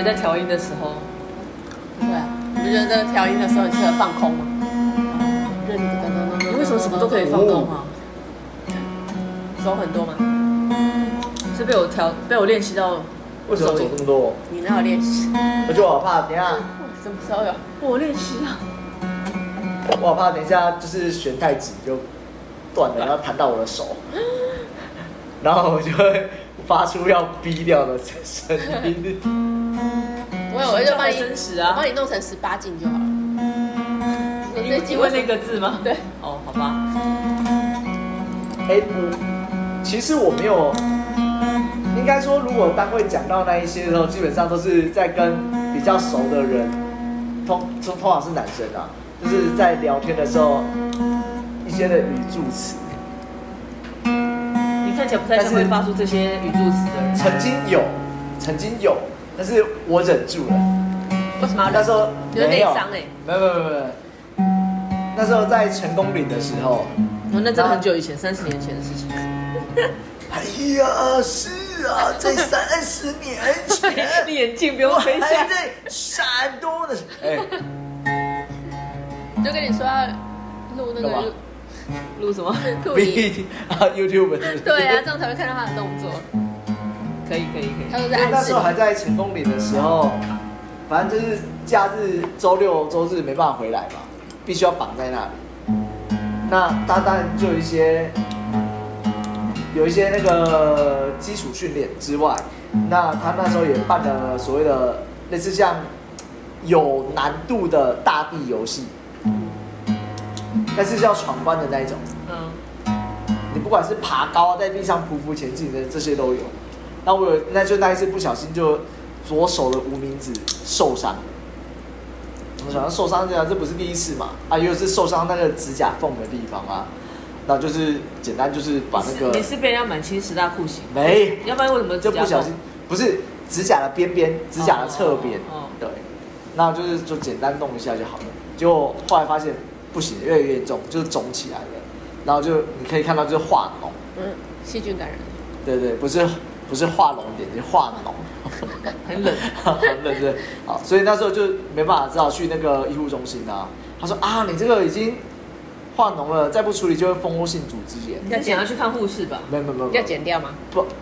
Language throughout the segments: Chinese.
在调音的时候。 对啊，你不觉得这个调音的时候很适合放空吗？ 你为什么什么都可以放空啊？ 手很多吗？ 是被我练习到。 为什么手这么多？ 你哪有练习？ 我就好怕等一下。 什么时候有？ 我练习啊。 我好怕等一下就是弦太紧就断了，然后弹到我的手，然后我就会发出要逼掉的声音。 我就帮你真实啊， 我帮你弄成18禁就好了。 因为那个字吗？ 对。 哦，好吧。 其实我没有，应该说，如果单位讲到那一些的时候，基本上都是在跟比较熟的人，通常是男生啊，就是在聊天的时候一些的语助词。 你看起来不太像会发出这些语助词的人。 曾经有，但是我忍住了。 为什么要忍？ 那时候有点内伤哎。 没有。那时候在成功岭的时候， 那真的很久以前，30年前的事情。 哎呀，是啊，在30年前， 你眼镜不用飞下， 还在山东的时候， 就跟你说要录那个录什么？ 录影啊 ，YouTube 对啊，这样才会看到他的动作。 可以。 他都在暗示。 那时候还在成功岭的时候，反正就是假日周六周日没办法回来嘛，必须要绑在那里。那他当然就有一些那个基础训练之外，那他那时候也办了所谓的类似像有难度的大地游戏，但是是要闯关的那一种。你不管是爬高在地上匍匐前进的这些都有。那那一次不小心就左手的无名指受伤。我想要受伤这不是第一次嘛？又是受伤那个指甲缝的地方啊。那就是简单就是把那个。 你是被人家满清10大酷刑？ 没。 要不然为什么就不小心？不是指甲的边边，指甲的侧边。对。那就简单弄一下就好了。结果后来发现不行，越来越严重，就是肿起来了。然后就你可以看到就是化脓。 细菌感染。 对，不是画龙点，是化脓。 很冷， 很冷对。好，所以那时候就没办法，只好去那个医护中心啊。他说你这个已经化脓了，再不处理就会蜂窝性组织炎。 你想要去看护士吧？ 没有。 要剪掉吗？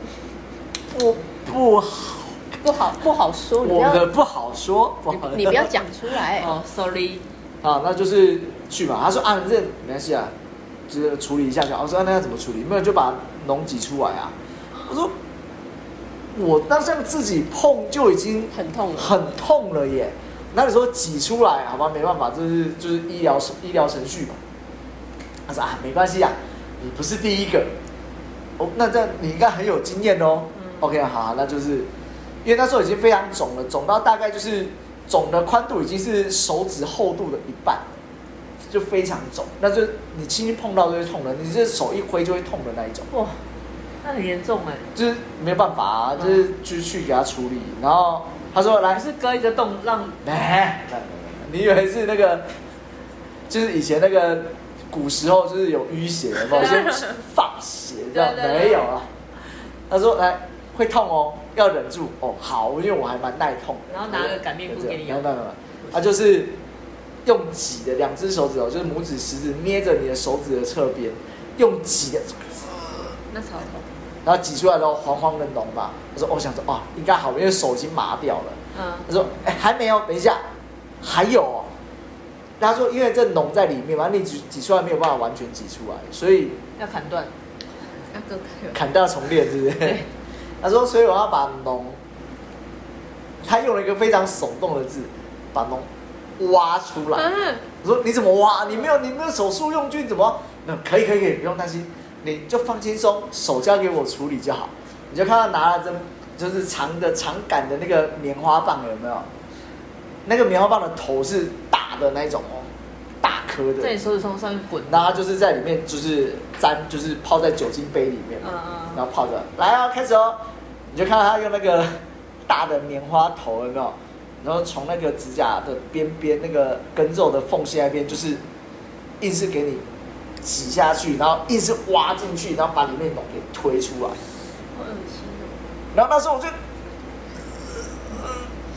不好说。我的不好说。 你不要讲出来。 哦 ，sorry。 那就是去嘛。他说这没关系啊，就是处理一下就好。我说那要怎么处理？没有就把脓挤出来啊。我说。我当时自己碰就已经很痛了耶。那你说挤出来，好吧，没办法，就是医疗程序嘛。他说没关系啊，你不是第一个。那这样你应该很有经验哦。OK， 好，那就是因为那时候已经非常肿了，肿到大概就是肿的宽度已经是手指厚度的一半，就非常肿。那就你轻轻碰到就会痛的，你这手一挥就会痛的那一种。 哇。那很严重就是没有办法啊，就是去给他处理。然后他说来， 是割一个洞让。 你以为是那个，就是以前那个古时候就是有淤血，有没有先放血这样？没有啊。他说来会痛哦，要忍住哦。好，因为我还蛮耐痛的。 然后拿个擀面棍给你用。 没有，他就是用挤的2只手指就是拇指、食指捏着你的手指的侧边，用挤的。 那超痛。 然后挤出来的黄黄的脓嘛，我说我想说应该好，因为手已经麻掉了。他说还没有，等一下还有哦。他说因为这脓在里面嘛，你挤出来没有办法完全挤出来，所以要砍断， 砍掉重练是不是？对。他说所以我要把脓，他用了一个非常耸动的字，把脓挖出来。我说你怎么挖？你没有手术用具怎么？可以，不用担心。你就放轻松，手交给我处理就好。你就看到拿了就是长杆的那个棉花棒，有没有？那个棉花棒的头是大的那种大颗的， 在你手指上面滚。 然后它就是在里面就是就是泡在酒精杯里面，然后泡着，来开始哦。你就看到他用那个大的棉花头，有没有？然后从那个指甲的边边那个跟肉的缝隙那边，就是硬是给你。挤下去，然后硬是挖进去，然后把里面脓给推出来。 好恶心哦！ 然后那时候我就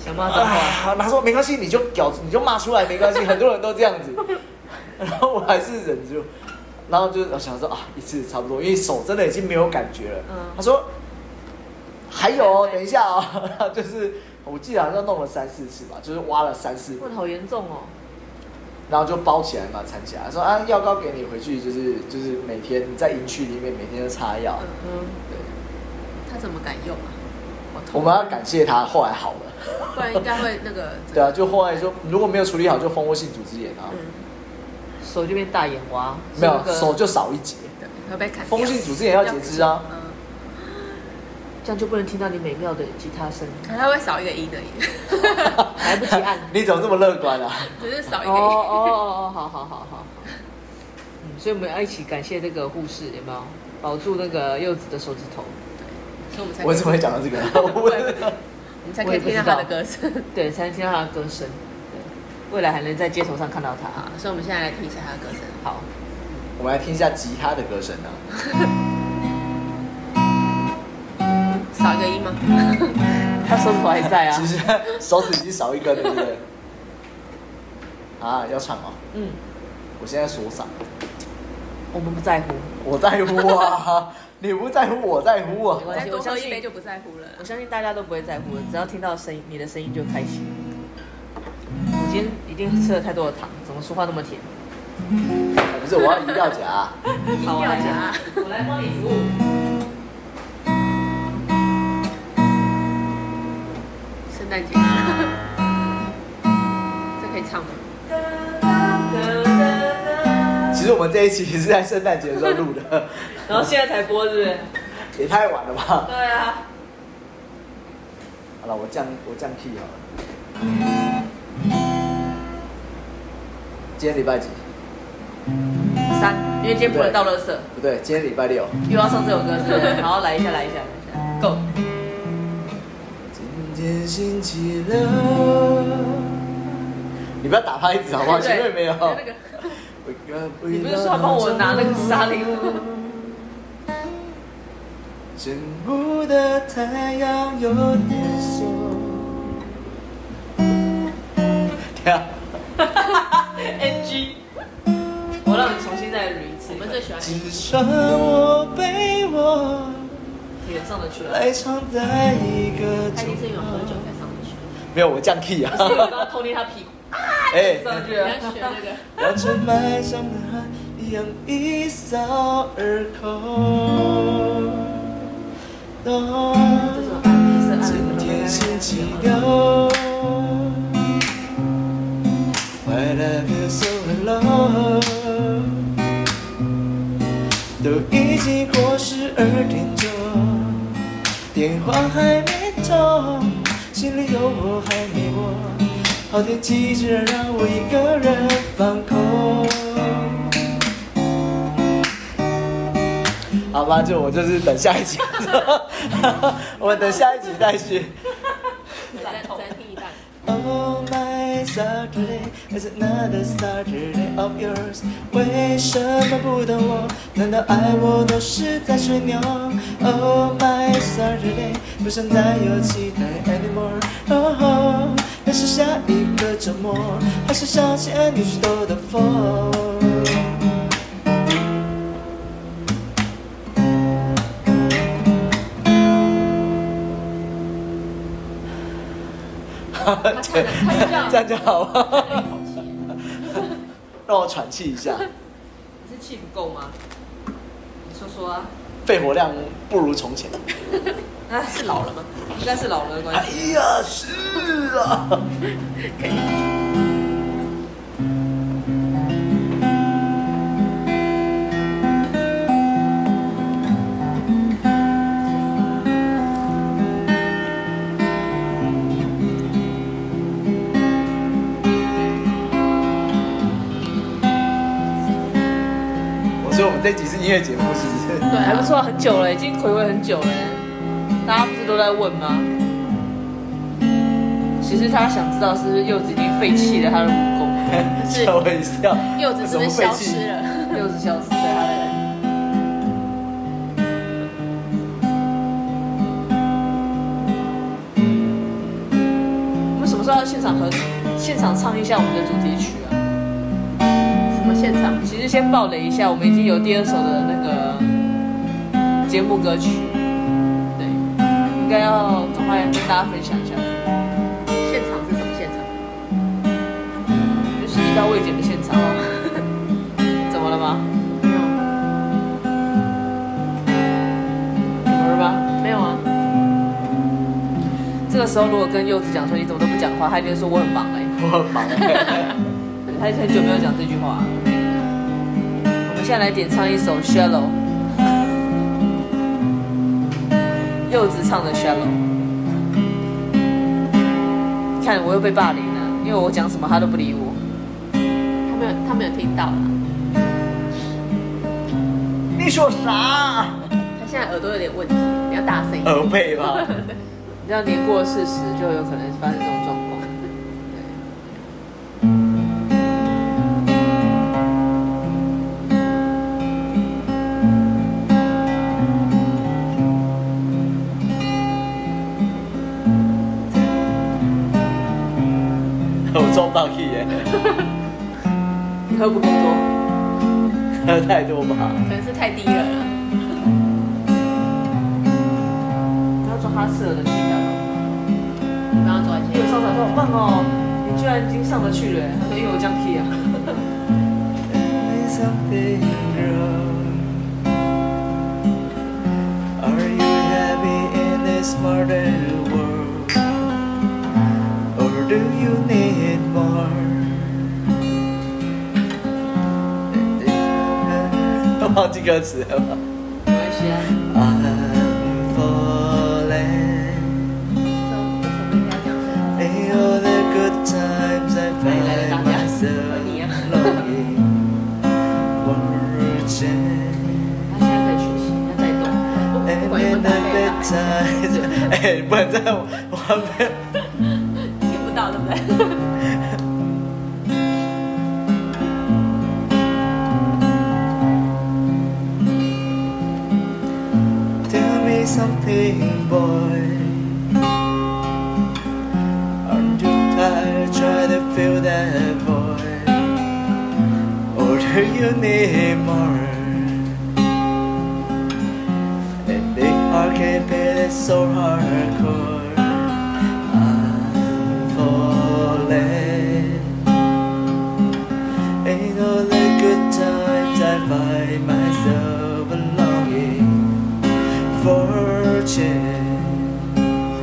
想骂脏话。 他说没关系，你就骂出来没关系，很多人都这样子。然后我还是忍住，然后就想说一次差不多，因为手真的已经没有感觉了。他说还有等一下就是我记得好像弄了3、4次吧，就是挖了3、4次。 问好严重哦。 然后就包起来嘛，缠起来，说药膏给你回去，就是每天你在营区里面每天都擦药。对。 他怎么敢用啊？ 我们要感谢他，后来好了。 不然应该会那个。 对啊，就后来说如果没有处理好，就蜂窝性组织炎啊。 手就变大眼蛙。 没有，手就少一节。 对，会被砍掉。 蜂窝性组织炎要截肢啊。 这样就不能听到你美妙的吉他声。 它会少一个音而已。 来不及按。 你怎么这么乐观啊？ 只是少一个音。 好。所以我们要一起感谢这个护士，有没有保住那个柚子的手指头？ 所以我们才。 我怎么会讲到这个？ 我们才可以听到他的歌声。 对，才能听到他的歌声。对，未来还能在街头上看到他。 所以我们现在来听一下他的歌声。 好， 我们来听一下吉他的歌声啊。 少一个音吗？ 他手指头还在啊。 其实手指已经少一根了，对不对？要唱哦。我现在锁嗓。 我们不在乎。 我在乎啊！你不在乎，我在乎啊！ 再多喝一杯就不在乎了。 我相信大家都不会在乎了，只要听到声音，你的声音就开心。我今天一定吃了太多的糖，怎么说话那么甜？ 不是，我要饮料夹。 饮料夹， 我来帮你服务。 圣诞节，这可以唱吗？ 其实我们这一期是在圣诞节的时候录的， 然后现在才播，是不是？ 也太晚了吧？ 对啊。 好了，我降 key 好了。今天礼拜几 ？3，因为今天不能倒垃圾。 不对，今天礼拜6。 又要唱这首歌，是不是？好，来一下 ，Go。 今天星期六，你不要打拍子好不好？前面没有。 你不是说要帮我拿那个沙粒吗？ 正午的太阳有点瘦。对啊。 NG。我让你重新再捋一次。 我们最喜欢。 只剩我被我也上得去了。 来藏在一个。 他一定是有喝酒才上得去。 没有，我降 key 啊。 是我刚刚偷捏他屁股。上去了。 你要学那个。 让尘埋上的汗一样一扫而空。今天星期六 Why I feel so alone 都已经过12点钟，电话还没通，心里有我还没我，好天气居然让我一个人放空。好吧，我就是等下一集，我们等下一集再续。 再听一半。 Oh my Saturday is another Saturday of yours。为什么不等我？难道爱我都是在吹牛 ？Oh my Saturday， 不想再有期待 anymore。但是下一个周末，还是想牵你许多的风。这样就好了。让我喘气一下。 你是气不够吗？你说啊。 肺活量不如从前。 是老了吗？应该是老了的关系。 哎呀，是啊。 可以。 所以我们这集是音乐节目，是不是？ 对，还不错，很久了，已经睽违很久了。大家不是都在问吗？其实他想知道是不是柚子已经废弃了他的武功。 吓我一跳。 柚子是不是消失了？ 柚子消失在他的。我们现场唱一下我们的主题曲啊。 什么现场？ 其实先爆雷一下，我们已经有第2首的那个节目歌曲，对，应该要赶快跟大家分享一下。 现场是什么现场？ 就是一到未剪的现场啊。怎么了吗？ 没有， 怎么了吗？ 没有啊。 这个时候如果跟柚子讲说你怎么都不讲话，他一定说我很忙我很忙他很久没有讲这句话。我们现在来点唱一首《Shallow》，柚子唱的《Shallow》。看我又被霸凌了，因为我讲什么他都不理我。 他没有听到啦。 你说啥？ 他现在耳朵有点问题，你要大声一点。 耳背吧。 你知道年过40就有可能发生这种状况。 我装放屁耶！ 你喝不够多， 喝太多吧？ 可能是太低了啦。 你要抓他适合的气调。 你帮他抓一下。 因为我上场说好棒哦，你居然已经上得去了。他说因为我降 key 啊。 Are you happy in this modern world, or do you need more? 忘记歌词了吗？ 没关系啊。 I'm falling. 这首歌应该讲什么？ In all the good times I find myself longing for change. 他现在可以学习，他在动。 And in the bad times， 哎，不能在我旁边。 听不到，对不对？ Tell me something, boy. Aren't you tired? Try to fill that void, or do you need more? And the arcade is so hardcore. I'm falling. In all the good times, I find myself longing for change,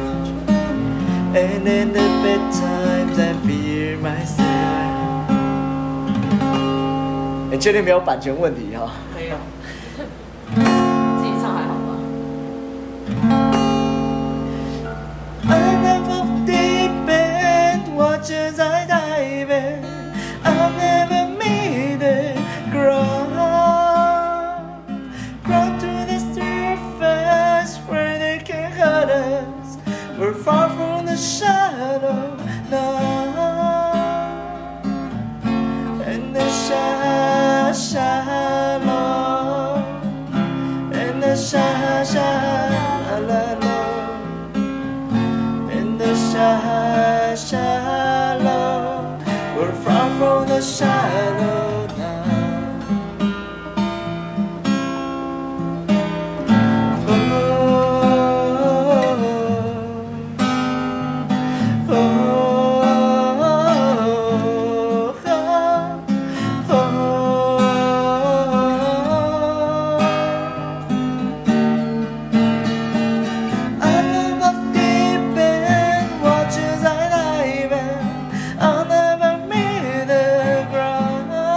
and in the bad times I fear myself. 你确定没有版权问题哈？ 没有，自己唱还好吧？ I never deep end, watch as I dive in. I'll never meet the ground. Ground to the surface where they can hurt us. We're far from the shadow now. And the shallow, and the shallow. In the shallow, we're far from the shadow now. I'll never meet the ground.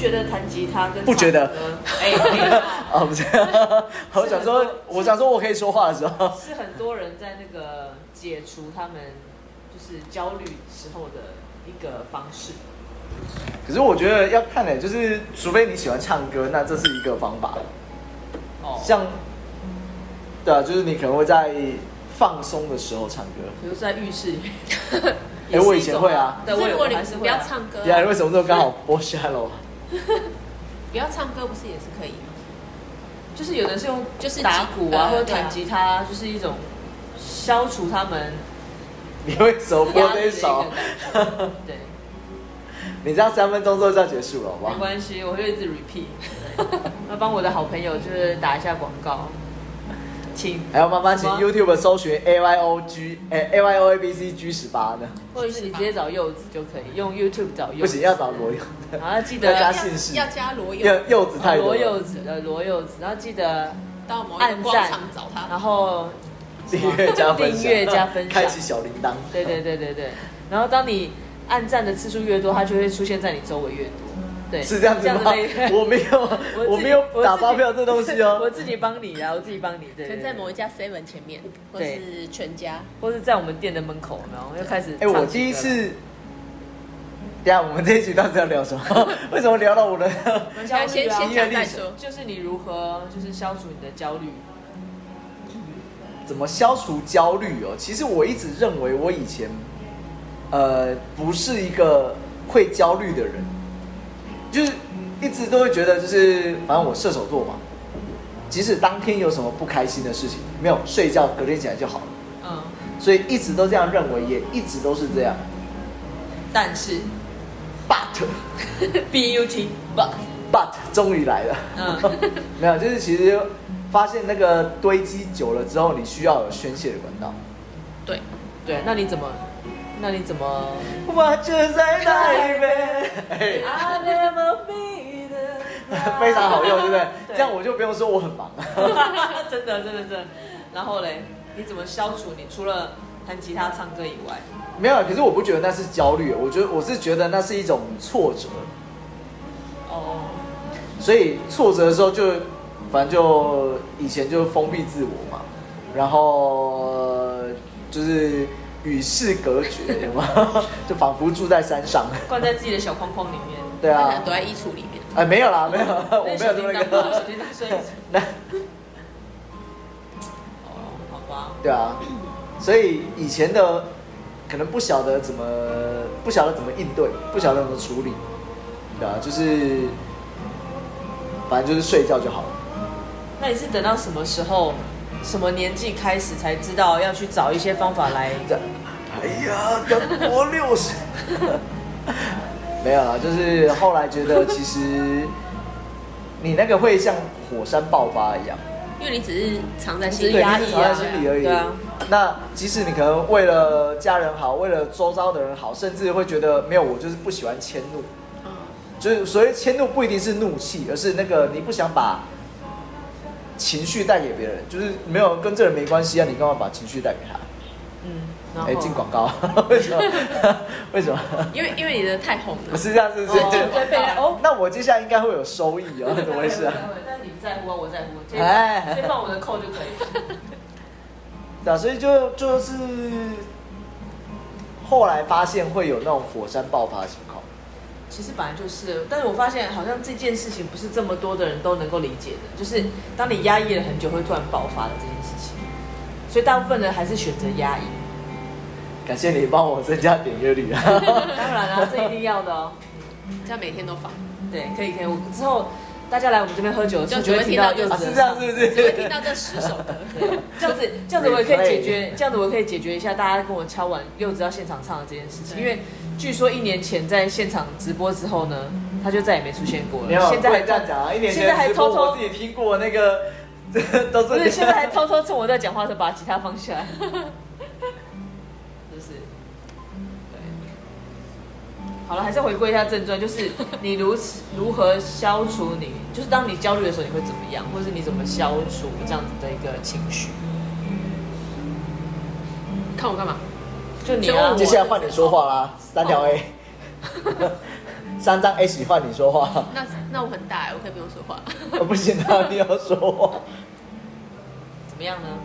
觉得弹吉他跟不觉得唱歌哦，不是，我想说我可以说话的时候， 是很多人在那个解除他们就是焦虑时候的一个方式。 可是我觉得要看的，就是除非你喜欢唱歌，那这是一个方法。 哦， 像，对啊，就是你可能会在放松的时候唱歌， 比如在浴室里面。 我以前会啊。 对， 可是如果你还是不要唱歌， 呀，为什么时候刚好播 Shallow？ 不要唱歌不是也是可以吗？ 就是有的是用就是打鼓啊，或者对啊弹吉他，就是一种消除他们你为什么播压力的一这一首个？感觉。对， 你这样3分钟之后就要结束了，好不没好？ 关系，我会一直 repeat。要帮我的好朋友就是打一下广告，请还有妈妈请什么 YouTube 搜寻 AYOABCG18的， 或者是你直接找柚子就可以，用 YouTube 找柚子。 不行要找罗柚， 然后记得要加姓氏， 要加罗柚， 柚子太多了。 罗柚子罗柚子，然后记得到某一个广按赞场找他。 然后订阅加分享， 订阅加分享开启小铃铛。 对，然后当你按赞的次数越多，它就会出现在你周围越多。对， 是这样子吗？我没有打发票这东西哦。 我自己帮你啊，我自己帮你。对， 可能在某一家 Seven 前面，或是全家， 或是在我们店的门口，然后又开始。 我第一次，等下我们这一局到底要聊什么？为什么聊到我的？ 先讲再说。 就是你如何就是消除你的焦虑。 怎么消除焦虑哦？其实我一直认为我以前，不是一个会焦虑的人，就是一直都会觉得就是反正我射手座嘛，即使当天有什么不开心的事情，没有睡觉隔天起来就好了。所以一直都这样认为，也一直都是这样。 但是 ，but but 终于来了。没有，就是其实发现那个堆积久了之后，你需要有宣泄的管道。 对，那你怎么？ 我就在台北，非常好用，对不对？这样我就不用说我很忙。 真的。然后嘞，你怎么消除你除了弹吉他、唱歌以外？ 没有，可是我不觉得那是焦虑，我是觉得那是一种挫折。 哦， 所以挫折的时候反正就以前就封闭自我嘛，然后就是与世隔绝，有吗？就仿佛住在山上， 关在自己的小框框里面。 对啊， 躲在衣橱里面。 没有啦，没有，我没有这么那个。 好吧。 对啊，所以以前的可能不晓得怎么应对，不晓得怎么处理，对啊，就是反正就是睡觉就好了。 那你是等到什么时候、什么年纪开始才知道要去找一些方法来？ 哎呀，刚过60，没有啦，就是后来觉得其实你那个会像火山爆发一样， 因为你只是藏在心里， 压抑藏在心里而已。 对啊。 那即使你可能为了家人好，为了周遭的人好，甚至会觉得没有，我就是不喜欢迁怒。就是所谓迁怒不一定是怒气，而是那个你不想把情绪带给别人，就是没有跟这人没关系啊，你干嘛把情绪带给他？进广告，为什么？为什么？ 因为你的太红了。 不是这样，是不是？那我接下来应该会有收益哦，怎么回事啊？ 但是你在乎啊，我在乎，直接放我的扣就可以。 对啊，所以就是后来发现会有那种火山爆发的情况。 其实本来就是，但是我发现好像这件事情不是这么多的人都能够理解的，就是当你压抑了很久，会突然爆发的这件事情。所以大部分人还是选择压抑。 感谢你帮我增加点阅率啊！ 当然啦，这一定要的哦。 这样每天都放。 对，可以。我之后大家来我们这边喝酒， 就只会听到柚子是这样，是不是？ 只会听到这10首歌。 这样子我也可以解决，这样子我可以解决一下大家跟我敲碗柚子要现场唱的这件事情，因为据说1年前在现场直播之后呢，他就再也没出现过了。 没有，现在还这样讲啊1年前直播我自己听过那个，都是现在还偷偷趁我在讲话的时候把吉他放下来。好了，还是回归一下正传，就是你如何消除你，就是当你焦虑的时候你会怎么样，或者是你怎么消除这样子的一个情绪？ 看我干嘛？ 就你啊！ 接下来换你说话啦，3条 A，3 3张 A 换你说话。 那我很大我可以不用说话。 不行啊，你要说话。 怎么样呢？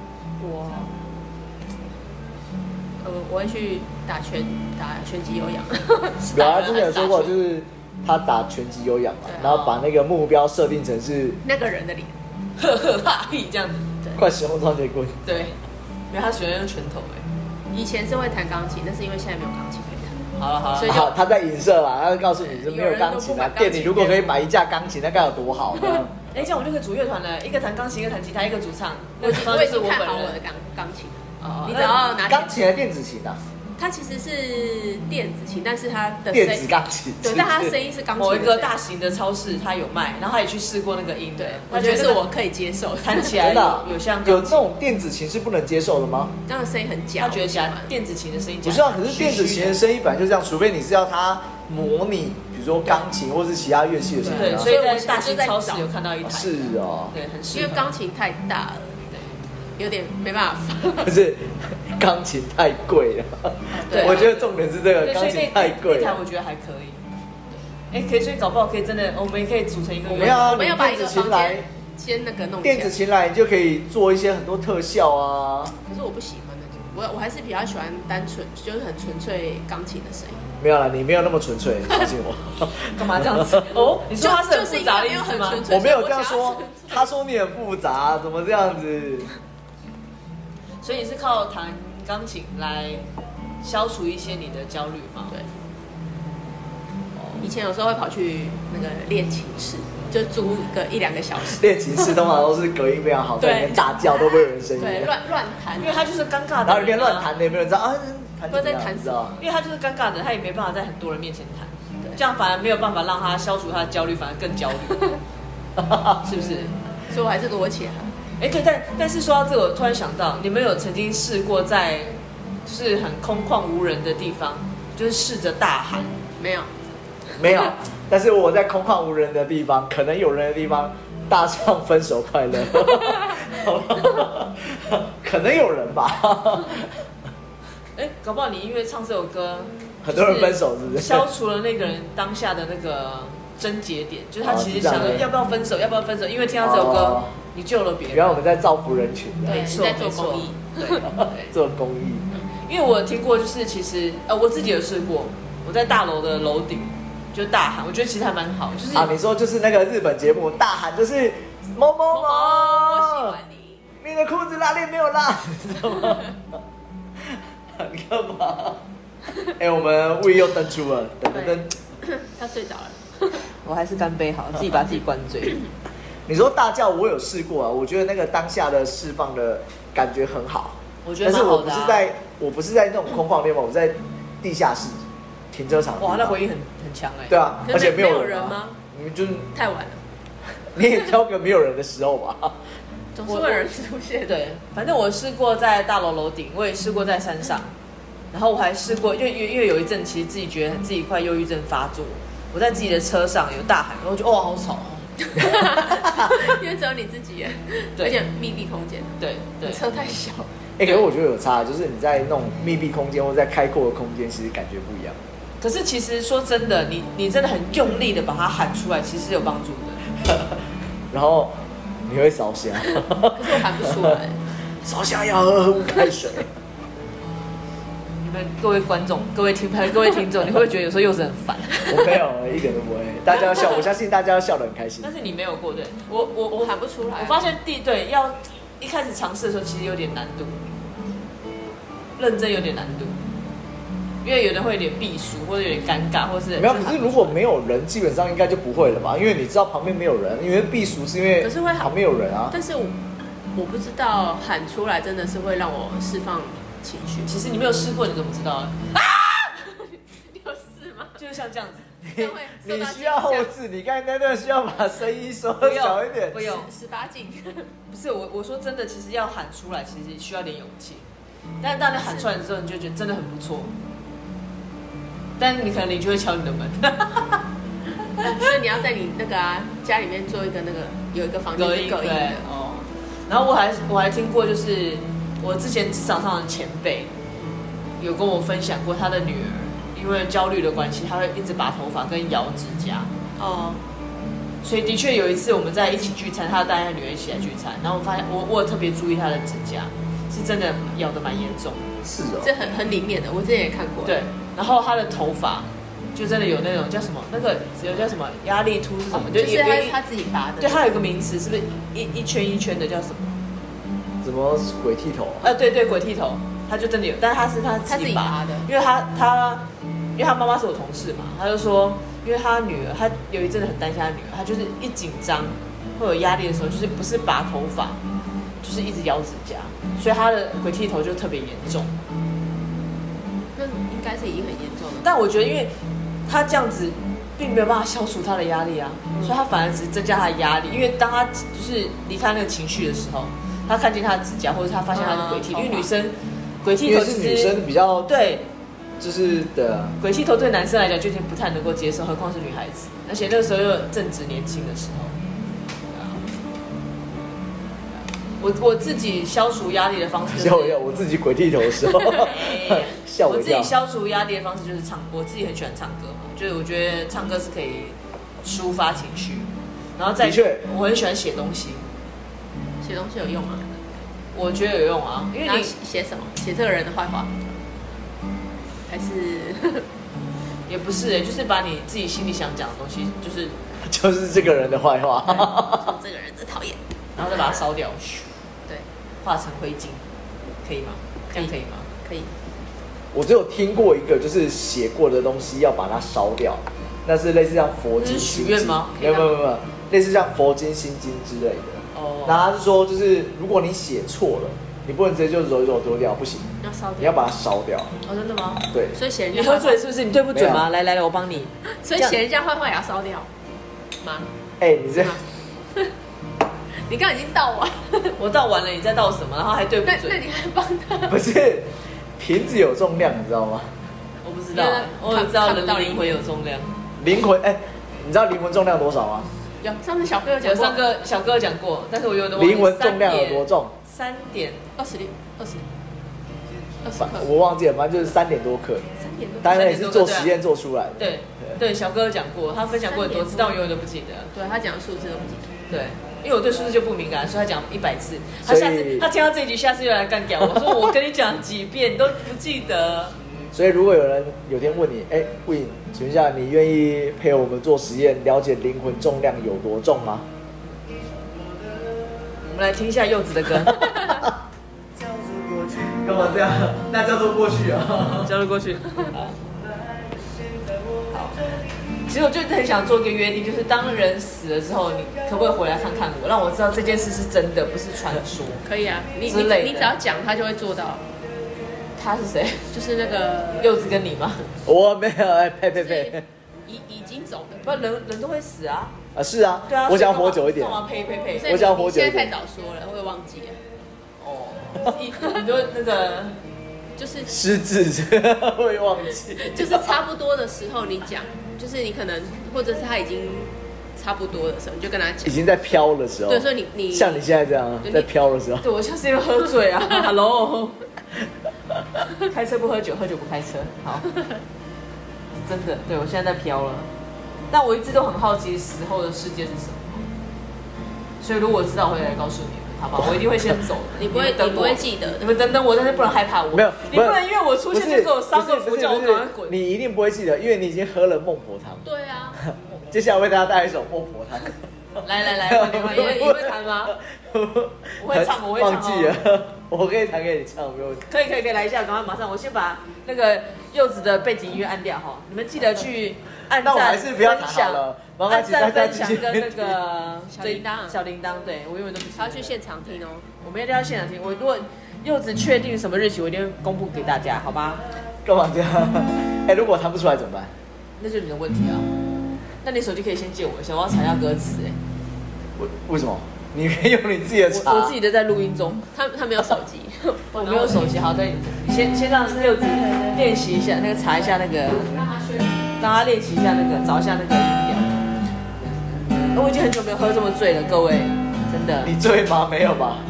我会去打拳击有氧。 有啊，之前有说过，就是他打拳击有氧嘛，然后把那个目标设定成是那个人的脸， 呵呵哈嘿这样子。 对， 快使用双截棍。 对，因为他喜欢用拳头以前是会弹钢琴，但是因为现在没有钢琴可以弹。 好了， 所以他在影射啦，他告诉你是没有钢琴啊，店里如果可以买一架钢琴，那该有多好呢？ 这样我们就可以组乐团了，一个弹钢琴，一个弹吉他，一个主唱。 我已经看好我的钢琴了。你只要拿钢琴还是电子琴啊？ 它其实是电子琴，但是它的电子钢琴， 对，但它声音是钢琴。 某一个大型的超市它有卖，然后他也去试过那个音， 对，我觉得是我可以接受， 弹起来有像有那种电子琴是不能接受的吗？ 这样的声音很假， 他觉得假电子琴的声音假。 不是啊，可是电子琴的声音本来就这样，除非你是要它模拟，比如说钢琴或是其他乐器的声音。 对，所以在大型超市有看到一台。 是哦， 对，很适合。 因为钢琴太大了，对，有点没办法放。 不是，钢琴太贵了。对，我觉得重点是这个，钢琴太贵了。 那台我觉得还可以。可以，所以搞不好可以真的，我们也可以组成一个。 我们要把一个房间先那个弄。 电子琴来，你就可以做一些很多特效啊。 可是我不喜欢那种，我还是比较喜欢单纯，就是很纯粹钢琴的声音。 没有啦，你没有那么纯粹，相信我。 干嘛这样子？哦，你说他是很复杂的意思吗？ 我没有这样说，他说你很复杂，怎么这样子？ 所以你是靠弹钢琴来消除一些你的焦虑吗？ 对。以前有时候会跑去那个练琴室，就租1-2个小时。 练琴室通常都是隔音非常好，在里面大叫都不会有人声音。 对，乱弹， 因为他就是尴尬的。 然后里面乱弹的也没有人知道啊， 不知道在弹什么。 因为他就是尴尬的，他也没办法在很多人面前弹，这样反而没有办法让他消除他的焦虑，反而更焦虑，是不是？ 所以我还是躲起来。 对，但是说到这个，我突然想到，你们有曾经试过在就是很空旷无人的地方，就是试着大喊？ 没有，但是我在空旷无人的地方，可能有人的地方大唱分手快乐，可能有人吧。 搞不好你因为唱这首歌， 很多人分手是不是？ 消除了那个人当下的那个症结点，就是他其实想着要不要分手，因为听到这首歌，你救了别人。 原来我们在造福人群， 对，你在做公益， 对， 做公益。 因为我听过，就是其实我自己有试过，我在大楼的楼顶就大喊，我觉得其实还蛮好，就是你说就是那个日本节目大喊，就是某某某， 我喜欢你， 你的裤子拉链没有拉，你知道吗？你干嘛？我们胃又登出了，噔。 他睡着了。 我还是干杯好，自己把自己灌醉。 你说大叫，我有试过啊，我觉得那个当下的释放的感觉很好。 我觉得但是我不是在那种空旷地方，我在地下室停车场。 哇，那回音很强对啊，而且没有人吗？ 你们就是太晚了。 你也挑个没有人的时候吧。 总是会有人出现。 对，反正我试过在大楼楼顶，我也试过在山上，然后我还试过，因为有一阵其实自己觉得自己快忧郁症发作，我在自己的车上有大喊，然后就好吵因为只有你自己， 对， 而且密闭空间， 对， 车太小。 可是我觉得有差，就是你在那种密闭空间或在开阔的空间，其实感觉不一样。 可是其实说真的，你真的很用力的把它喊出来，其实是有帮助的。 然后你会烧香， 可是我喊不出来。 烧香要喝温开水。 你们各位观众、各位听众，你会不会觉得有时候柚子很烦？ 我没有，一点都不会。大家要笑，我相信大家要笑得很开心。 但是你没有过，对？我喊不出来。 我发现要一开始尝试的时候，其实有点难度，认真有点难度。因为有人会有点避暑，或者有点尴尬，或是没有。可是如果没有人，基本上应该就不会了吧？因为你知道旁边没有人，因为避暑是因为旁边有人啊。 但是我不知道喊出来真的是会让我释放情绪。 其实你没有试过，你怎么知道啊？ 你有试吗？ 就是像这样子。 你需要后置，你刚才那段需要把声音缩小一点。 不用 18禁。 不是我说真的，其实要喊出来，其实需要点勇气。但是当你喊出来之后，你就觉得真的很不错。但是你可能邻居会敲你的门， 所以你要在你那个家里面做一个有一个房间是隔音的哦。然后我还听过，就是我之前职场上的前辈有跟我分享过，他的女儿因为焦虑的关系，他会一直拔头发跟咬指甲。 哦， 所以的确有一次我们在一起聚餐，他带他女儿一起来聚餐，然后我发现我有特别注意他的指甲，是真的咬得蛮严重的。 是哦， 这很里面的，我之前也看过。 对，然后他的头发就真的有那种叫什么，那个有叫什么压力秃是什么？ 就是他自己拔的。 对，他有一个名词，是不是一圈一圈的叫什么？ 什么鬼剃头？ 对对，鬼剃头，他就真的有，但是他自己拔的， 因为他妈妈是我同事嘛，他就说，因为他女儿，他有一阵子很担心他女儿，他就是一紧张会有压力的时候，就是不是拔头发，就是一直咬指甲，所以他的鬼剃头就特别严重。 那应该是已经很严重了。 但我觉得，因为他这样子并没有办法消除他的压力啊，所以他反而只是增加他的压力。因为当他就是离开那个情绪的时候，他看见他的指甲，或者他发现他的鬼剃，因为女生鬼剃头是女生比较对， 就是的鬼剃头对男生来讲就已经不太能够接受，何况是女孩子，而且那个时候又正值年轻的时候。我自己消除压力的方式就是， 我自己鬼剃头的时候，吓我一跳。 我自己消除压力的方式就是唱，我自己很喜欢唱歌嘛，就是我觉得唱歌是可以抒发情绪，然后再我很喜欢写东西。 写东西有用吗？ 我觉得有用啊，因为你写什么？写这个人的坏话，还是也不是就是把你自己心里想讲的东西， 就是这个人的坏话， 说这个人真讨厌， 然后再把它烧掉， 对， 化成灰烬，可以吗？这样可以吗？ 可以。 我只有听过一个，就是写过的东西要把它烧掉，那是类似像佛经许愿吗？ 没有，类似像佛经心经之类的。哦。然后他是说，就是如果你写错了，你不能直接就揉一揉丢掉，不行， 要烧掉， 你要把它烧掉。 哦，真的吗？ 对。 所以写人家你喝醉是不是？你对不准吗？来，我帮你。 所以写人家坏话也要烧掉吗？ 你这。 你刚刚已经倒完， 我倒完了，你在倒什么？然后还对不准？ 那你还帮他？ 不是，瓶子有重量，你知道吗？ 我不知道，我只知道人的灵魂有重量。 灵魂，你知道灵魂重量多少吗？ 有，上次小哥有讲过。 上个小哥有讲过，但是我有点忘记。 灵魂重量有多重 ？3.26，20克。 我忘记了，反正就是3点多克。 3点多克。 当然也是做实验做出来的。 对，小哥有讲过，他分享过很多次，但我永远都不记得。 对他讲的数字都不记得。 对。因为我对数字就不敏感，所以他讲100次，他听到这一集，下次又来干掉我，说我跟你讲几遍你都不记得。 所以如果有人有天问你，Win，请问一下，你愿意陪我们做实验，了解灵魂重量有多重吗？ 我们来听一下柚子的歌。 干嘛这样？那叫做过去啊， 叫做过去。其实我就很想做一个约定，就是当人死了之后，你可不可以回来看看我，让我知道这件事是真的，不是传说。 可以啊，你只要讲，他就会做到。 他是谁？ 就是那个柚子跟你吗？ 我没有，呸， 已经走了。 不，人都会死啊。 是啊。 对啊。 我想活久一点。 干嘛呸？ 我想活久一点。现在太早说了，我也忘记了。 哦。你就那个。 就是失智会忘记， 就是差不多的时候你讲，就是你可能或者是他已经差不多的时候，你就跟他讲， 已经在飘的时候， 对，所以你像你现在这样在飘的时候， 对我像是因为喝醉啊，Hello， 开车不喝酒，喝酒不开车，好，真的，对我现在在飘了，但我一直都很好奇死后的世界是什么，所以如果我知道，我会来告诉你。好吧，我一定会先走的。 你不会记得的。 你们等等我，但是不能害怕我。 没有， 你不能因为我出现就给我烧个符，叫我赶快滚。 你一定不会记得，因为你已经喝了孟婆汤。 对啊。 接下来为大家带来一首孟婆汤。 来，你会弹吗？我会唱，我会唱。 忘记了，我可以弹给你唱，没有问题。 可以来一下，赶快马上，我先把那个柚子的背景音乐按掉哈。你们记得去按赞、分享。按赞、分享跟那个小铃铛，对我永远都不记得。 他要去现场听哦， 我们一定要现场听。我如果柚子确定什么日期，我一定会公布给大家，好吧？ 干嘛这样？如果弹不出来怎么办？ 那就是你的问题啊。那你手机可以先借我一下，我要查一下歌词为什么？你可以用你自己的查。 我自己的在录音中， 他没有手机， 我没有手机。好，对，你先让柚子练习一下，那个查一下那个，让他练习一下那个，找一下那个音调。我已经很久没有喝这么醉了，各位，真的。 你醉吗？没有吧？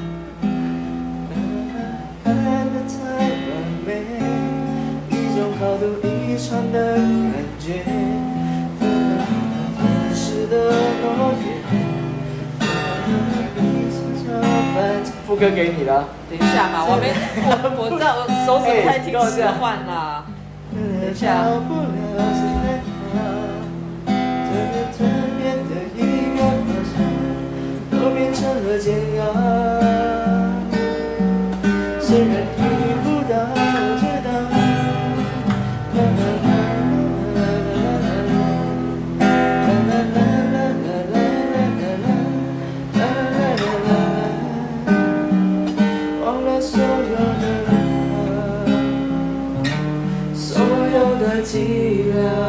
一种好赌，一场的感觉，真实的诺言。副歌给你了， 等一下嘛，我在我手指太停止换啦。等一下。都变成了煎熬，虽然遇不到，我知道。忘了所有的伎俩。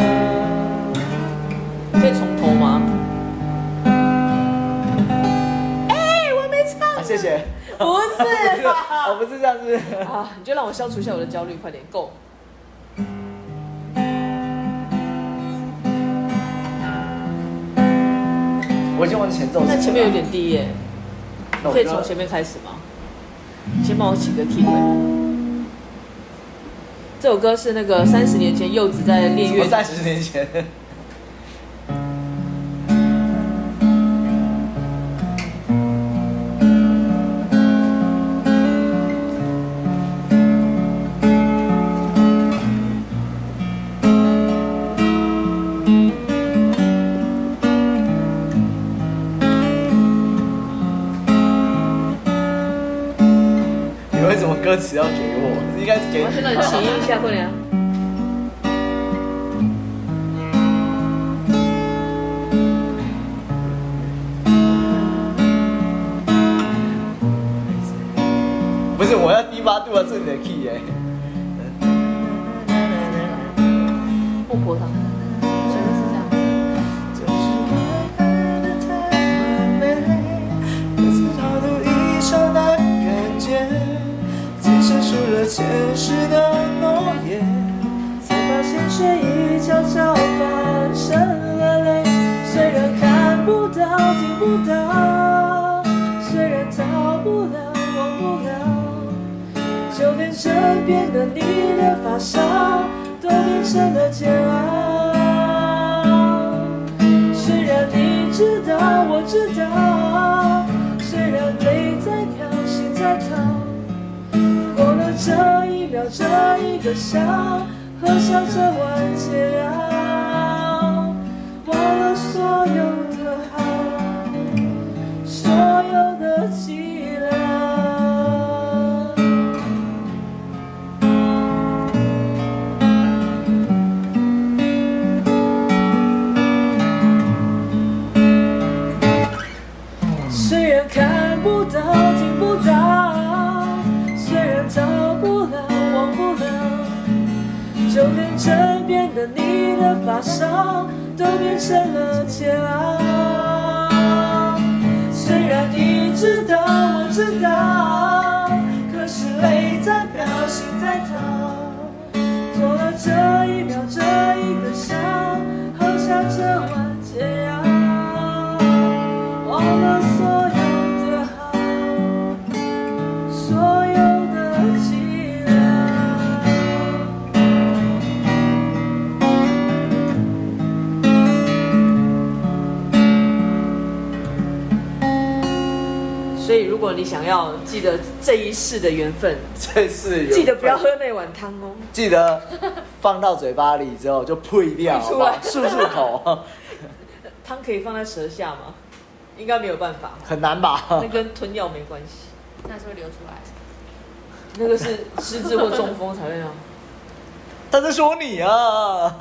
可以从头吗？ 谢谢。 不是吧？ 我不是这样子啊！你就让我消除一下我的焦虑，快点，Go。 我已经忘记前奏。 那前面有点低耶，可以从前面开始吗？先帮我起个 key 位。这首歌是那个30年前柚子在练乐。 30年前。歌词要给我，应该是给你。 我现在起音一下，快点。 不是，我要低八度啊，是你的 key 哎。 孟婆汤，前面是这样。 数了前世的诺言，才发现血已悄悄翻身了泪。虽然看不到、听不到，虽然逃不了、忘不了，就连身边的你的发梢都变成了煎熬。虽然你知道，我知道，虽然泪在飘，心在逃。这一秒，这一个笑，喝下这碗煎熬，忘了所有的好，所有的伎俩。虽然看不到，听不到，虽然逃不了，忘不了，就连枕边的你的发梢都变成了煎熬。虽然你知道，我知道，可是泪在飘，心在逃。做了这一秒，这一个笑，喝下这碗煎熬，忘了所有的好，所有的伎俩。 所以，如果你想要记得这一世的缘分， 这是记得不要喝那碗汤哦。 记得放到嘴巴里之后就呸掉， 吐出来漱漱口。 汤可以放在舌下吗？应该没有办法， 很难吧？ 那跟吞药没关系， 那是会流出来。 那个是失智或中风才会啊。 他在说你啊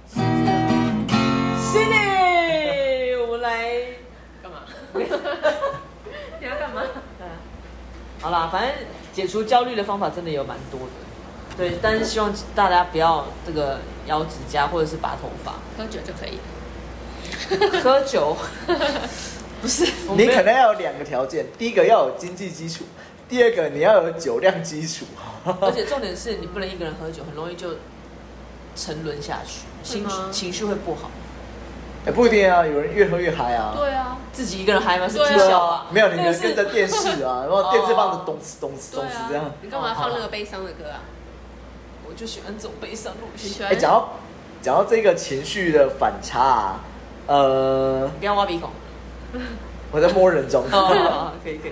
Cindy， 我们来干嘛？你要干嘛？ 好啦，反正解除焦虑的方法真的有蛮多的，对，但是希望大家不要这个咬指甲或者是拔头发， 喝酒就可以了。 喝酒不是， 你可能要有2个条件，第一个要有经济基础，第二个你要有酒量基础。 而且重点是你不能一个人喝酒，很容易就沉沦下去，情绪会不好。 不一定啊，有人越喝越嗨啊。 对啊， 自己一个人嗨吗？是对啊踢笑吧？ 没有，你能跟着电视啊，然后电视放着咚哧咚哧咚哧这样。 你干嘛放那个悲伤的歌啊？ 我就喜欢走悲伤路线。 喜欢讲到这个情绪的反差啊， 不要挖鼻孔。 我在摸人中。 可以。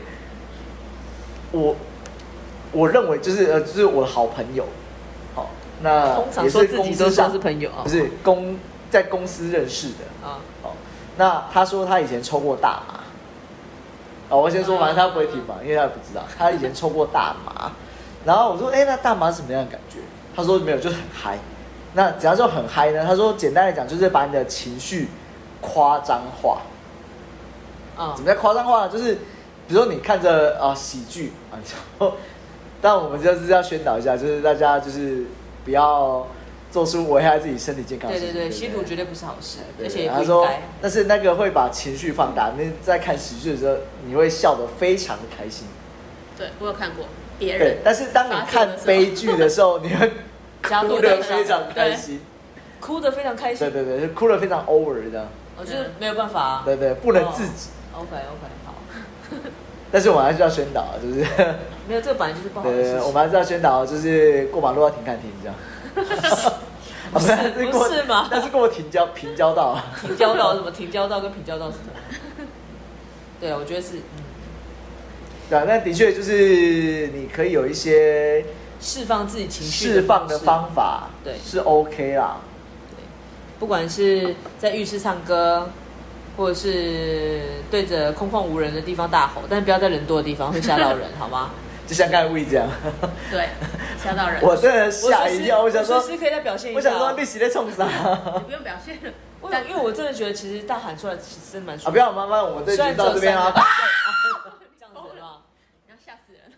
我认为就是我的好朋友，好，那通常说自己都算是朋友啊， 不是在公司认识的啊。好，那他说他以前抽过大麻。我先说，反正他不会听嘛，因为他不知道。他以前抽过大麻，然后我说，那大麻是什么样的感觉？他说没有，就是很嗨。那怎样就很嗨呢？他说简单来讲，就是把你的情绪夸张化。怎么叫夸张化呢？就是比如说你看着喜剧啊，但我们就是要宣导一下，就是大家就是不要做出危害自己身体健康的事情。 对，吸毒绝对不是好事，而且也不应该。 但是那个会把情绪放大。那在看喜剧的时候，你会笑得非常的开心。 对，我有看过别人。 对，但是当你看悲剧的时候，你会哭得非常开心， 哭得非常开心。 对，就哭得非常 over 这样。 就是没有办法。 对，不能自己。 OK，好。 但是我们还是要宣导，就是没有这个本来就是不好的事情。 对，我们还是要宣导，就是过马路要停看停这样。 不是吗？ 但是跟我平交道。 平交道什么？停交道跟平交道是什么？对，我觉得是。 对啊，那的确就是你可以有一些释放自己情绪释放的方法， 对， 是 OK 啦。 对，不管是在浴室唱歌，或者是对着空旷无人的地方大吼，但是不要在人多的地方，会吓到人，好吗？ 就像刚才魏这样， 对，吓到人。 我真的吓一跳，我想说， 可以再表现一下。 我想说，你是在冲啥？ 你不用表现了， 因为我真的觉得，其实大喊出来其实真蛮舒服。 不要，慢慢，我们这集到这边啊。 这样子吗？ 你要吓死人。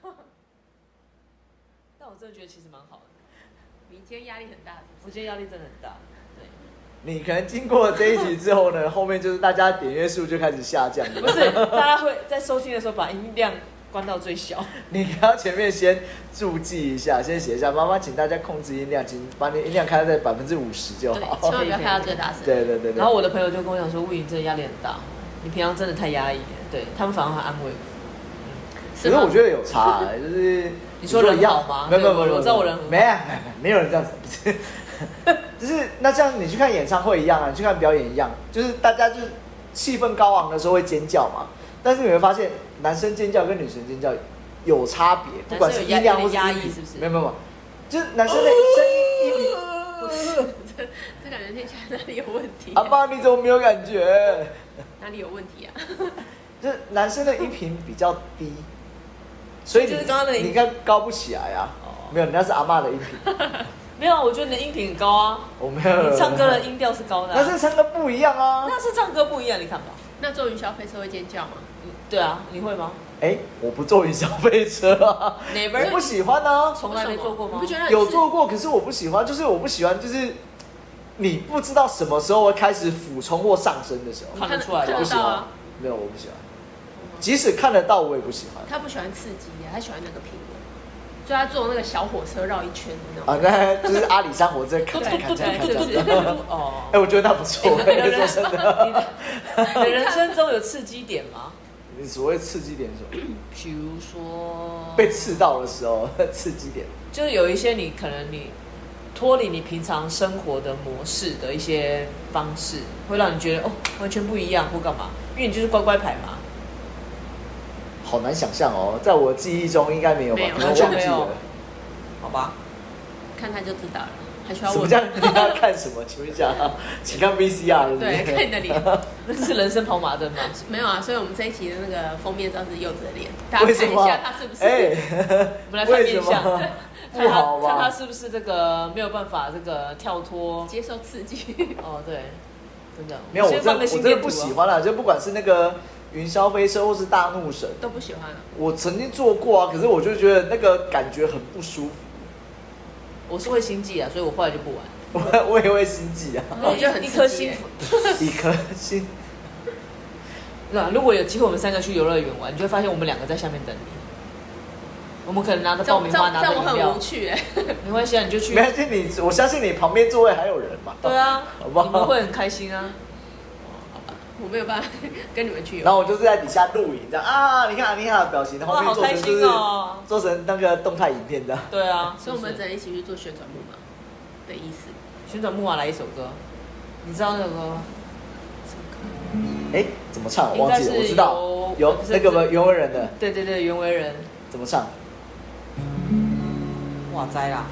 但我真的觉得其实蛮好的。 你今天压力很大， 我今天压力真的很大。对。 你可能经过这一集之后呢，后面就是大家点阅数就开始下降。 不是，大家会在收听的时候把音量关到最小。 你要前面先注记一下，先写一下，妈妈，请大家控制音量，请把你音量开在50%就好， 千万不要开到最大声。 对。 然后我的朋友就跟我讲说，魏颖真的压力很大，你平常真的太压抑了，对他们反而很安慰我。 可是我觉得有差，就是你说人好吗？ 没有， 我知道我人很好。 没有人这样子，不是。就是那这样，你去看演唱会一样啊，你去看表演一样，就是大家就是气氛高昂的时候会尖叫嘛。但是你会发现，男生尖叫跟女生尖叫有差别，不管是音量或是压抑，是不是？ 没有，就是男生的声音音不是，这感觉听起来哪里有问题？ 阿爸，你怎么没有感觉？ 哪里有问题啊？ 就是男生的音频比较低，所以你看高不起来啊。没有，那是阿嬷的音频。 没有，我觉得你的音频很高啊。 我没有， 你唱歌的音调是高的。 但是唱歌不一样啊。 那是唱歌不一样，你看吧。 那坐云霄飞车会尖叫吗？ 对啊，你会吗？ 我不坐云霄飞车啊。 Never， 我不喜欢啊。 从来没坐过吗？ 你不觉得有坐过，可是我不喜欢，就是我不喜欢，就是你不知道什么时候会开始俯冲或上升的时候， 看得出来， 看得到啊。 没有，我不喜欢。即使看得到，我也不喜欢。 他不喜欢刺激，他喜欢那个平稳。就他坐那个小火车绕一圈的那种。 那就是阿里山火车，看。 哦。 我觉得那不错。说真的， 你的人生中有刺激点吗？ 你所谓刺激点是什么？ 比如说被刺到的时候，刺激点就是有一些你可能你脱离你平常生活的模式的一些方式，会让你觉得完全不一样或干嘛？因为你就是乖乖牌嘛。 好难想象哦，在我记忆中应该没有吧？ 完全没有。好吧， 看他就知道了，还需要问？ 什么叫你要看什么？请问一下，请看 VCR。 对，看你的脸。 那是人生跑马灯吗？ 没有啊，所以我们这一期的那个封面照是柚子的脸，大家看一下他是不是？ 我们来看面相， 不好吧？ 看他是不是这个没有办法这个跳脱接受刺激。 对，真的没有，我真的不喜欢啦，就不管是那个云霄飞车或是大怒神都不喜欢。 我曾经做过啊，可是我就觉得那个感觉很不舒服。 我是会心悸啊，所以我后来就不玩。 我也会心悸啊， 我觉得很一颗心， 一颗心。 那如果有机会我们3个去游乐园玩，你就会发现我们2个在下面等你。我们可能拿着爆米花，拿着饮料。 这样我很无趣没关系啊，你就去。 没关系，我相信你旁边座位还有人嘛。 对啊， 好不好？ 你们会很开心啊。 我没有办法跟你们去游。 然后我就是在底下录影，这样啊，你看的表情，后面做成就是做成那个动态影片这样。 对啊， 所以我们只能一起去做旋转木马的意思。 旋转木马来一首歌，你知道那首歌吗？ 哎，怎么唱？忘记了，我知道有那个袁惟仁的。 对对对，袁惟仁怎么唱？ 哇哉啦！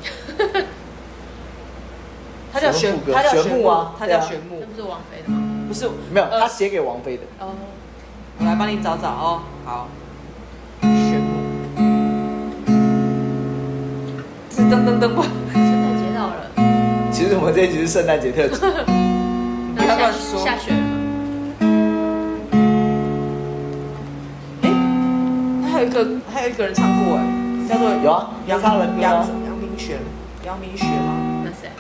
他叫玄木啊，他叫玄木， 那不是王菲的吗？ 不是， 没有，他写给王菲的。 哦， 我来帮你找找哦。好，玄木是噔噔噔吧？ 圣诞节到了。 其实我们这一集是圣诞节特辑。 不要乱说。 下雪了吗？ 还有一个人唱过哎，叫做有啊，杨明学吗？ 那谁？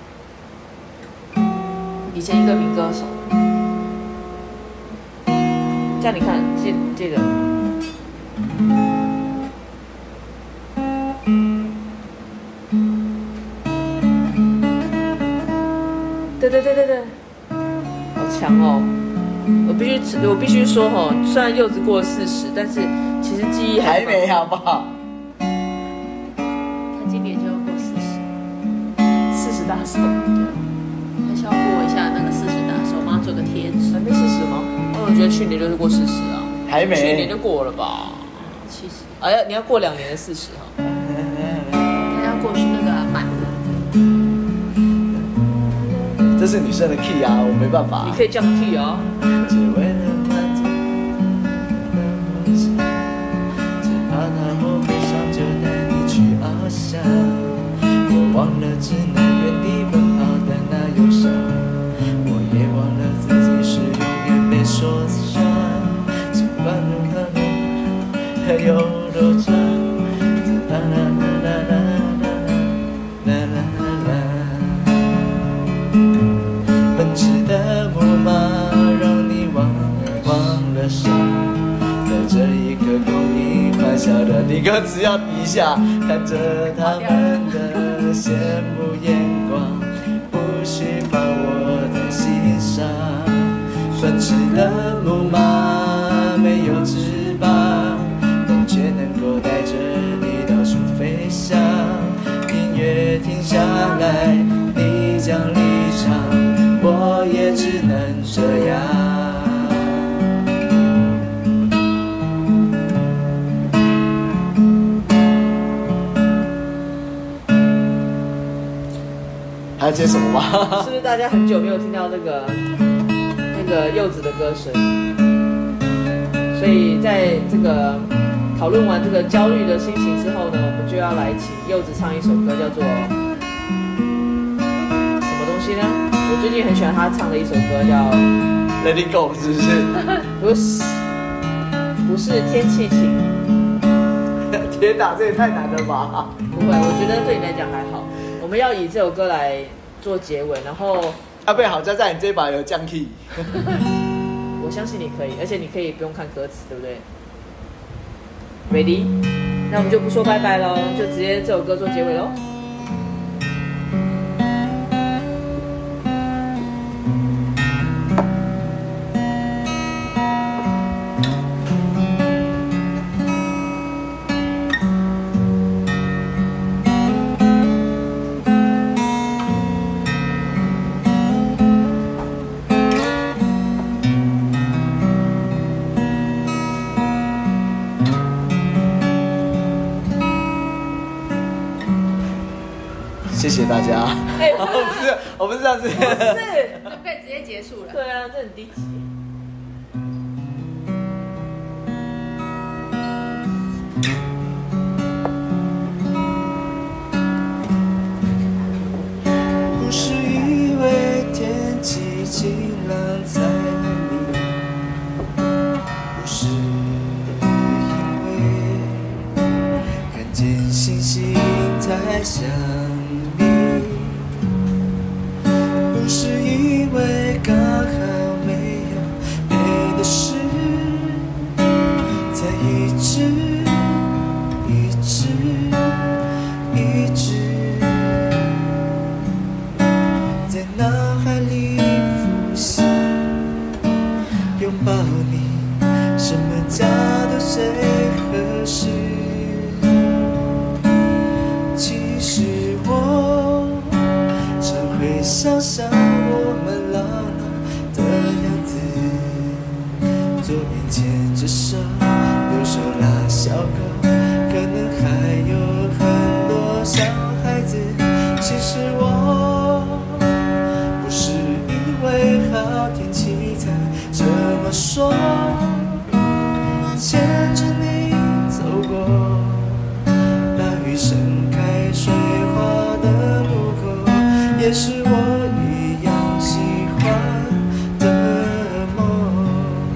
以前一个民歌手。这样你看，记得。对，好强哦！我必须说哦，虽然柚子过了40，但是其实记忆还没好不好？ 他今年就要过 40大寿， 还是要过一下那个40大寿，我们要做个贴纸。 还没40吗？我觉得去年就是过40啊， 还没， 去年就过了吧 70。 哎呀，你要过2年的40哈。 他要过去那个满的。 这是女生的 key 啊，我没办法。 你可以降 key 啊。 只为了满足只怕他后悔上就带你去翱翔。我忘了只能原地奔跑的那忧伤，我也忘了自己是永远被说伤。只怕能可能还有多长？只怕啦啦啦啦啦啦啦啦。奔驰的木马让你忘了伤，在这一刻供你欢笑的你歌词要低下，看着他们的羡慕眼光，不需放我在心上。奔驰的木马没有翅膀，但却能够带着你到处飞翔。音乐停下来，你将离场，我也只能这样。还要接什么吗？ 是不是大家很久没有听到那个柚子的歌声？所以在这个讨论完这个焦虑的心情之后呢，我们就要来请柚子唱一首歌，叫做什么东西呢？我最近很喜欢他唱的一首歌，叫 Let It Go， 是不是？ 不是天气晴。 天哪，这也太难了吧？ 不会，我觉得对你来讲还好。我们要以这首歌来做结尾，然后阿贝好在你这把有降 key， 我相信你可以，而且你可以不用看歌词，对不对 ？Ready？ 那我们就不说拜拜喽，就直接这首歌做结尾喽。 谢谢大家。我不是这样子， 不是，就可以直接结束了。 对啊，这很低级。 不是因为天气晴朗才爱你，不是因为看见星星才想你，不是因为刚好没有想象我们老了的样子，左边牵着手，右手拉小狗，可能还有很多小孩子。其实我不是因为好天气才这么说，牵着你走过大雨盛开水花的路口，也是我一样喜欢的梦。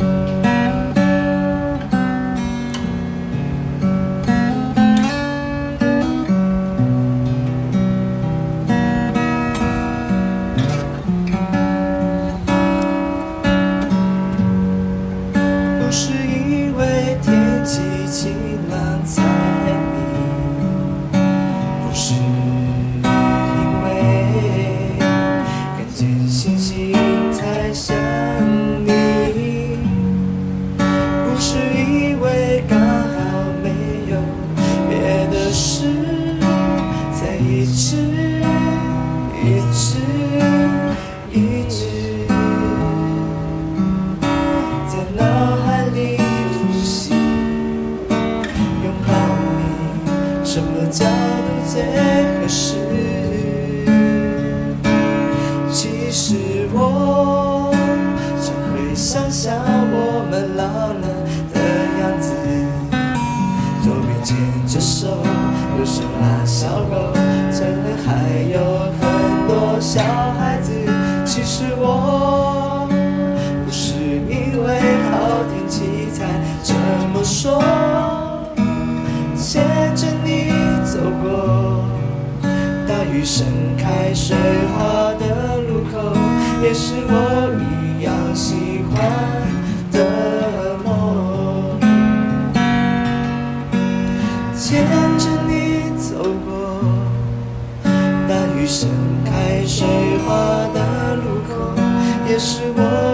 不是因为天气晴朗才迷，不是因为看见星星才想你，不是因为刚好没有别的事，才一直在脑海里复习，拥抱你什么角度最合适。其实我只会想象我们老了的样子，左边牵着手，右手拉小狗，可能还有很多小孩子。其实我不是因为好天气才这么说，牵着你走过大雨盛开水花的路口，也是我一样喜欢的梦。牵着你走过大雨盛开水花的路口，也是我